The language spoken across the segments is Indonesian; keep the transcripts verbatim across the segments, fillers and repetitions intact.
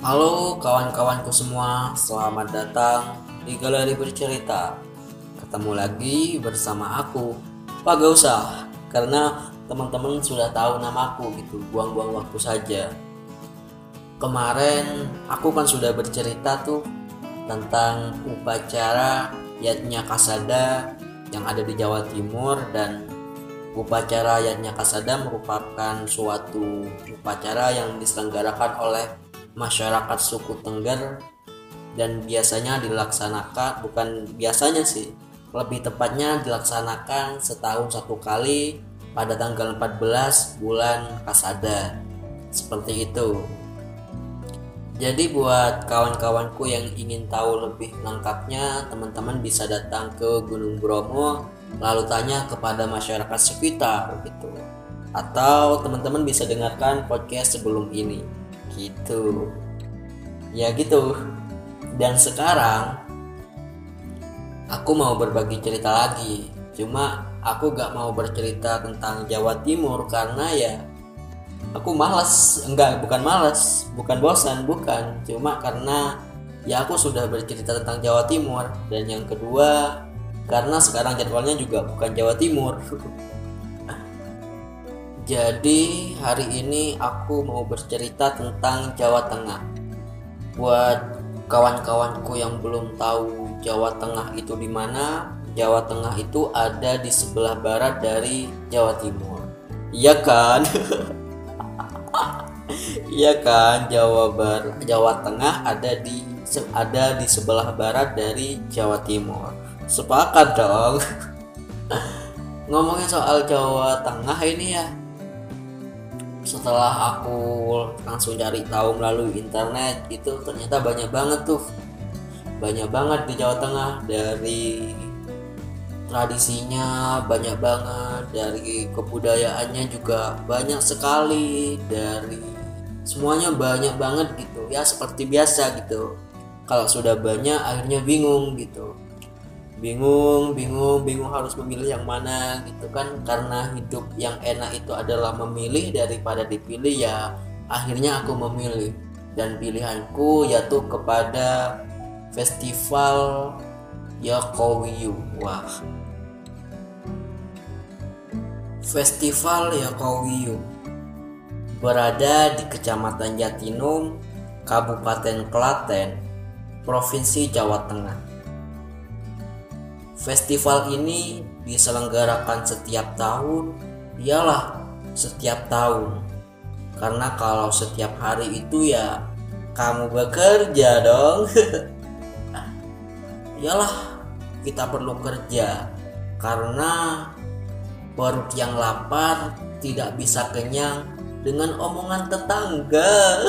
Halo kawan-kawanku semua, selamat datang di Galeri Bercerita. Ketemu lagi bersama aku, Pak gak usah, karena teman-teman sudah tahu namaku gitu, buang-buang waktu saja. Kemarin aku kan sudah bercerita tuh tentang upacara Yatnya Kasada yang ada di Jawa Timur, dan upacara Yatnya Kasada merupakan suatu upacara yang diselenggarakan oleh masyarakat suku Tengger dan biasanya dilaksanakan, bukan biasanya sih, lebih tepatnya dilaksanakan setahun satu kali pada tanggal empat belas bulan Kasada. Seperti itu. Jadi buat kawan-kawanku yang ingin tahu lebih lengkapnya, teman-teman bisa datang ke Gunung Bromo lalu tanya kepada masyarakat sekitar gitu. Atau teman-teman bisa dengarkan podcast sebelum ini. Gitu. Ya gitu. Dan sekarang aku mau berbagi cerita lagi. Cuma aku gak mau bercerita tentang Jawa Timur karena ya aku malas. Enggak, bukan malas, bukan bosan, bukan. Cuma karena ya aku sudah bercerita tentang Jawa Timur. Dan yang kedua, karena sekarang jadwalnya juga bukan Jawa Timur. Jadi hari ini aku mau bercerita tentang Jawa Tengah. Buat kawan-kawanku yang belum tahu Jawa Tengah itu di mana, Jawa Tengah itu ada di sebelah barat dari Jawa Timur. Iya kan? Iya kan? Jawa Bar Jawa Tengah ada di ada di sebelah barat dari Jawa Timur. Sepakat dong. Ngomongin soal Jawa Tengah ini ya, setelah aku langsung cari tahu melalui internet, itu ternyata banyak banget tuh banyak banget di Jawa Tengah. Dari tradisinya banyak banget, dari kebudayaannya juga banyak sekali, dari semuanya banyak banget gitu ya. Seperti biasa gitu, kalau sudah banyak akhirnya bingung gitu, bingung bingung bingung harus memilih yang mana gitu kan. Karena hidup yang enak itu adalah memilih daripada dipilih, ya akhirnya aku memilih, dan pilihanku yaitu kepada festival Yako-Wiyu. Wah, festival Yako-Wiyu berada di Kecamatan Jatinum, Kabupaten Klaten, Provinsi Jawa Tengah. Festival ini diselenggarakan setiap tahun, iyalah setiap tahun. Karena kalau setiap hari itu ya kamu bekerja dong. Iyalah, kita perlu kerja. Karena perut yang lapar tidak bisa kenyang dengan omongan tetangga.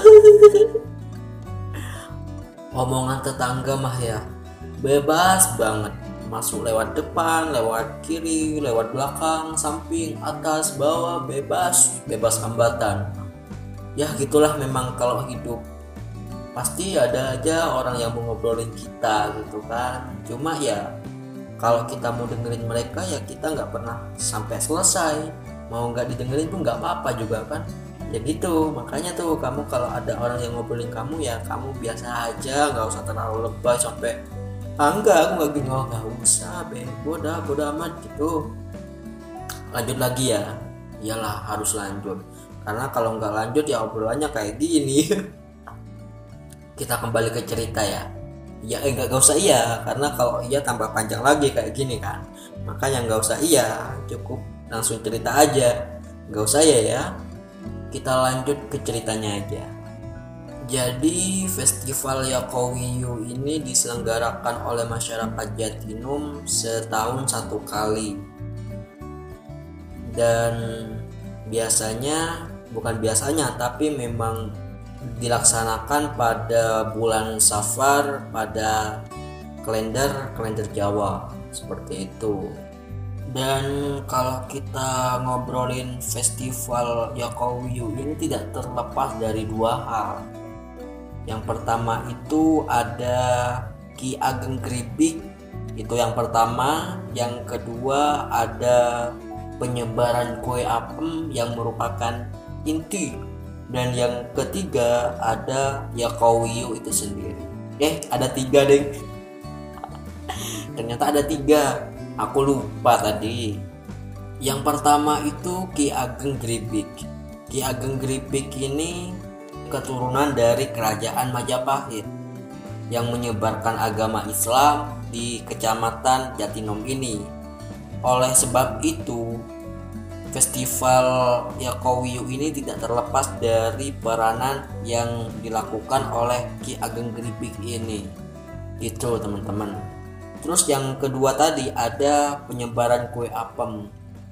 Omongan tetangga mah ya bebas banget. Masuk lewat depan, lewat kiri, lewat belakang, samping, atas, bawah, bebas, bebas hambatan. Ya gitulah memang kalau hidup. Pasti ada aja orang yang mau ngobrolin kita gitu kan. Cuma ya kalau kita mau dengerin mereka ya kita nggak pernah sampai selesai. Mau nggak didengerin pun nggak apa-apa juga kan. Ya gitu, makanya tuh kamu kalau ada orang yang ngobrolin kamu ya kamu biasa aja, nggak usah terlalu lebay sampai ah enggak, aku gak gini, oh gak usah be, bodoh, bodoh amat gitu. Lanjut lagi ya, iyalah harus lanjut. Karena kalau gak lanjut ya obrolannya kayak gini. Kita kembali ke cerita ya. Ya eh, gak, gak usah iya, karena kalau iya tambah panjang lagi kayak gini kan. Makanya gak usah iya, cukup langsung cerita aja. Gak usah ya ya. Kita lanjut ke ceritanya aja. Jadi festival Yako-Wiyu ini diselenggarakan oleh masyarakat Jatinum setahun satu kali. Dan biasanya, bukan biasanya, tapi memang dilaksanakan pada bulan Safar pada kalender kalender Jawa, seperti itu. Dan kalau kita ngobrolin festival Yako-Wiyu ini tidak terlepas dari dua hal. Yang pertama itu ada Ki Ageng Gribik, itu yang pertama. Yang kedua ada penyebaran kue apem yang merupakan inti Dan yang ketiga ada Yaqowiyu itu sendiri. Eh ada tiga deh. Ternyata ada tiga. Aku lupa tadi. Yang pertama itu Ki Ageng Gribik. Ki Ageng Gribik ini keturunan dari kerajaan Majapahit yang menyebarkan agama Islam di kecamatan Jatinom ini. Oleh sebab itu, festival Yaqowiyu ini tidak terlepas dari peranan yang dilakukan oleh Ki Ageng Gribik ini. Gitu teman-teman. Terus yang kedua tadi ada penyebaran kue apem.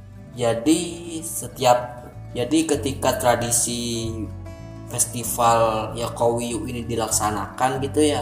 Jadi setiap jadi ketika tradisi festival Yaqowiyu ini dilaksanakan gitu ya,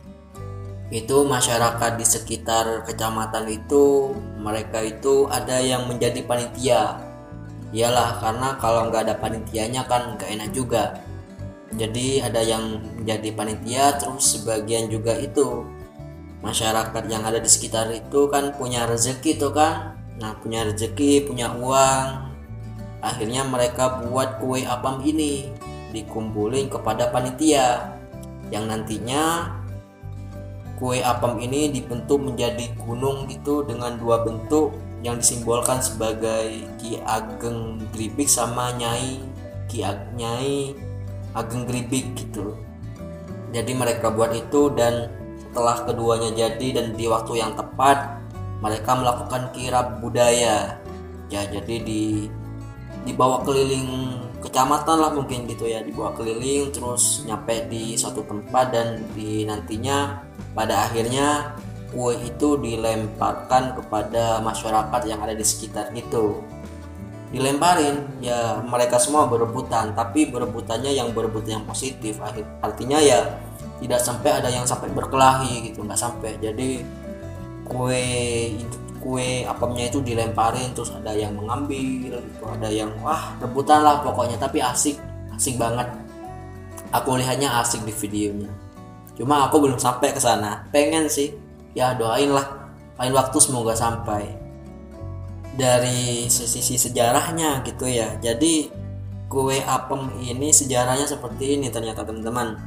itu masyarakat di sekitar kecamatan itu mereka itu ada yang menjadi panitia. Iyalah, karena kalau nggak ada panitianya kan nggak enak juga. Jadi ada yang menjadi panitia, terus sebagian juga itu masyarakat yang ada di sekitar itu kan punya rezeki tuh kan. Nah punya rezeki, punya uang, akhirnya mereka buat kue apam ini, dikumpulin kepada panitia, yang nantinya kue apam ini dibentuk menjadi gunung gitu dengan dua bentuk yang disimbolkan sebagai Ki Ageng Gribik sama Nyai Ki Ag- Nyai Ageng Gribik gitu. Jadi mereka buat itu, dan setelah keduanya jadi dan di waktu yang tepat mereka melakukan kirab budaya. Ya jadi di dibawa keliling kecamatan lah mungkin gitu ya, dibawa keliling terus nyampe di suatu tempat, dan di nantinya pada akhirnya kue itu dilemparkan kepada masyarakat yang ada di sekitar itu. Dilemparin ya, mereka semua berebutan, tapi berebutannya yang berebutan yang positif. Artinya ya tidak sampai ada yang sampai berkelahi gitu, nggak sampai. Jadi kue kue apemnya itu dilemparin, terus ada yang mengambil gitu, ada yang wah rebutan lah pokoknya, tapi asik asik banget. Aku lihatnya asik di videonya, cuma aku belum sampai ke sana. Pengen sih, ya doain lah lain waktu semoga sampai. Dari sisi sejarahnya gitu ya, jadi kue apem ini sejarahnya seperti ini ternyata teman-teman.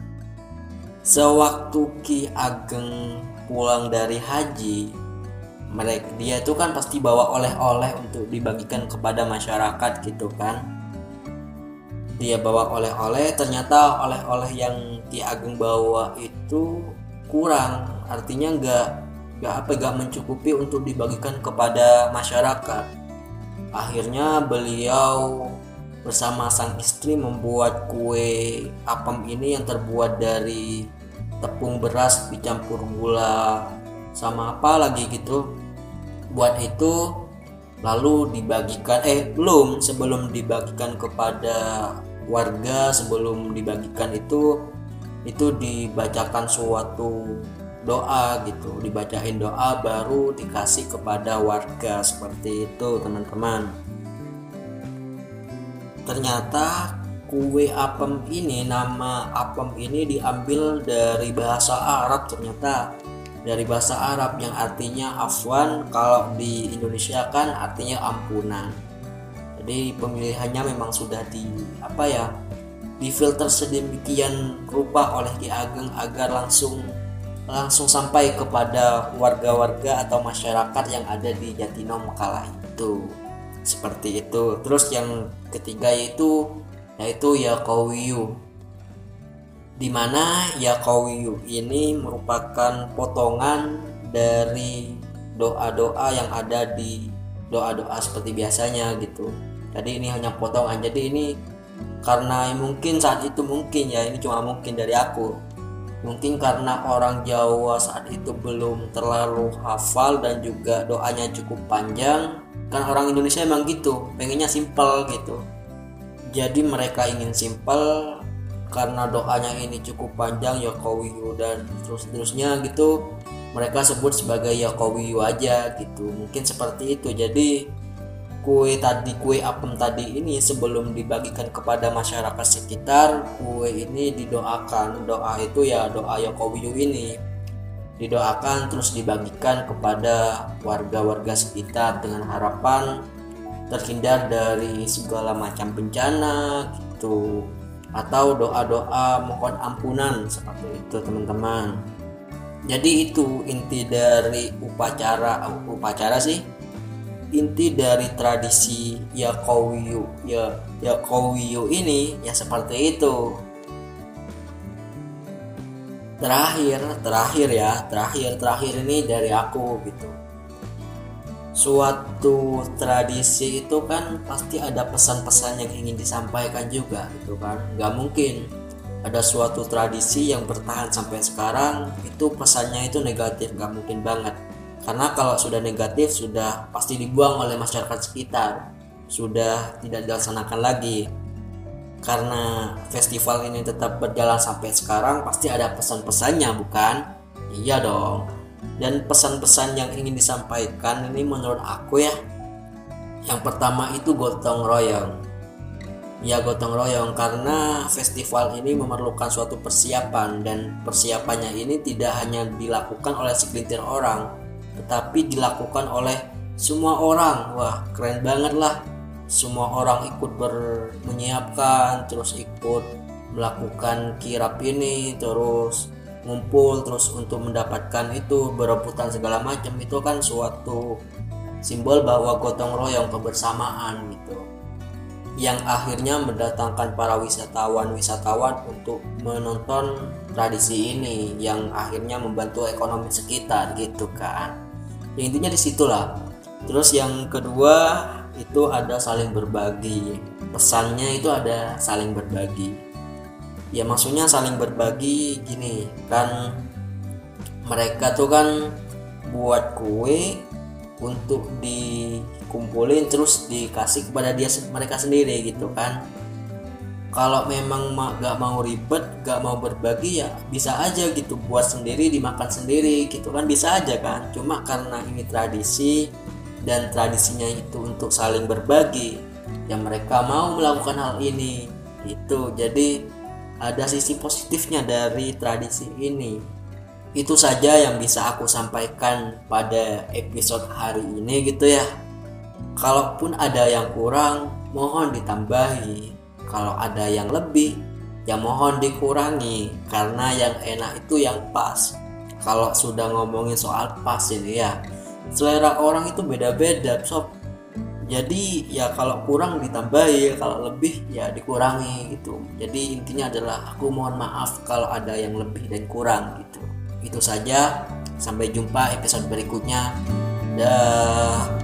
Sewaktu Ki Ageng pulang dari haji, mereka dia itu kan pasti bawa oleh-oleh untuk dibagikan kepada masyarakat gitu kan. Dia bawa oleh-oleh, ternyata oleh-oleh yang Ki Ageng bawa itu kurang, artinya nggak nggak apa nggak mencukupi untuk dibagikan kepada masyarakat. Akhirnya beliau bersama sang istri membuat kue apem ini yang terbuat dari tepung beras dicampur gula sama apa lagi gitu. Buat itu lalu dibagikan eh belum sebelum dibagikan kepada warga, sebelum dibagikan itu itu dibacakan suatu doa gitu, dibacain doa baru dikasih kepada warga, seperti itu teman-teman. Ternyata kue apem ini, nama apem ini diambil dari bahasa Arab, ternyata dari bahasa Arab yang artinya afwan, kalau di Indonesia kan artinya ampunan. Jadi pemilihannya memang sudah di apa ya difilter sedemikian rupa oleh Ki Ageng agar langsung langsung sampai kepada warga-warga atau masyarakat yang ada di Jatinom kala itu. Seperti itu. Terus yang ketiga yaitu yaitu Yaqowiyu, di mana Yaqowiyu ini merupakan potongan dari doa-doa yang ada di doa-doa seperti biasanya gitu. Jadi ini hanya potongan. Jadi ini karena mungkin saat itu mungkin ya ini cuma mungkin dari aku. Mungkin karena orang Jawa saat itu belum terlalu hafal dan juga doanya cukup panjang. Kan orang Indonesia emang gitu, pengennya simple gitu. Jadi mereka ingin simple karena doanya ini cukup panjang Yaqowiyu dan terus-terusnya gitu. Mereka sebut sebagai Yaqowiyu aja gitu. Mungkin seperti itu. Jadi kue tadi kue apem tadi ini sebelum dibagikan kepada masyarakat sekitar, kue ini didoakan. Doa itu ya doa Yaqowiyu ini didoakan terus dibagikan kepada warga-warga sekitar dengan harapan terhindar dari segala macam bencana gitu. atau doa-doa mohon ampunan seperti itu teman-teman. Jadi itu inti dari upacara upacara sih inti dari tradisi Yaqowiyu ya Yaqowiyu ini ya seperti itu. Terakhir terakhir ya terakhir terakhir ini dari aku gitu. Suatu tradisi itu kan pasti ada pesan-pesan yang ingin disampaikan juga gitu kan. Gak mungkin ada suatu tradisi yang bertahan sampai sekarang itu pesannya itu negatif, gak mungkin banget. Karena kalau sudah negatif sudah pasti dibuang oleh masyarakat sekitar, sudah tidak dilaksanakan lagi. Karena festival ini tetap berjalan sampai sekarang pasti ada pesan-pesannya bukan? Iya dong. Dan pesan-pesan yang ingin disampaikan ini menurut aku ya, yang pertama itu gotong royong. Ya gotong royong karena festival ini memerlukan suatu persiapan, dan persiapannya ini tidak hanya dilakukan oleh segelintir orang tetapi dilakukan oleh semua orang. Wah keren banget lah, semua orang ikut ber menyiapkan, terus ikut melakukan kirap ini, terus ngumpul terus untuk mendapatkan itu, berebutan segala macam. Itu kan suatu simbol bahwa gotong royong, kebersamaan gitu, yang akhirnya mendatangkan para wisatawan-wisatawan untuk menonton tradisi ini, yang akhirnya membantu ekonomi sekitar gitu kan. Ya, intinya disitulah. Terus yang kedua itu ada saling berbagi. Pesannya itu ada saling berbagi. Ya maksudnya saling berbagi gini kan, mereka tuh kan buat kue untuk dikumpulin terus dikasih kepada dia mereka sendiri gitu kan. Kalau memang gak mau ribet, gak mau berbagi, ya bisa aja gitu buat sendiri, dimakan sendiri gitu kan, bisa aja kan. Cuma karena ini tradisi dan tradisinya itu untuk saling berbagi, ya mereka mau melakukan hal ini itu. Jadi ada sisi positifnya dari tradisi ini. Itu saja yang bisa aku sampaikan pada episode hari ini gitu ya. Kalaupun ada yang kurang, mohon ditambahi. Kalau ada yang lebih, ya mohon dikurangi. Karena yang enak itu yang pas. Kalau sudah ngomongin soal pas ini ya, selera orang itu beda-beda sob. Jadi ya kalau kurang ditambahi, kalau lebih ya dikurangi gitu. Jadi intinya adalah aku mohon maaf kalau ada yang lebih dan kurang gitu. Itu saja, sampai jumpa episode berikutnya. Dah.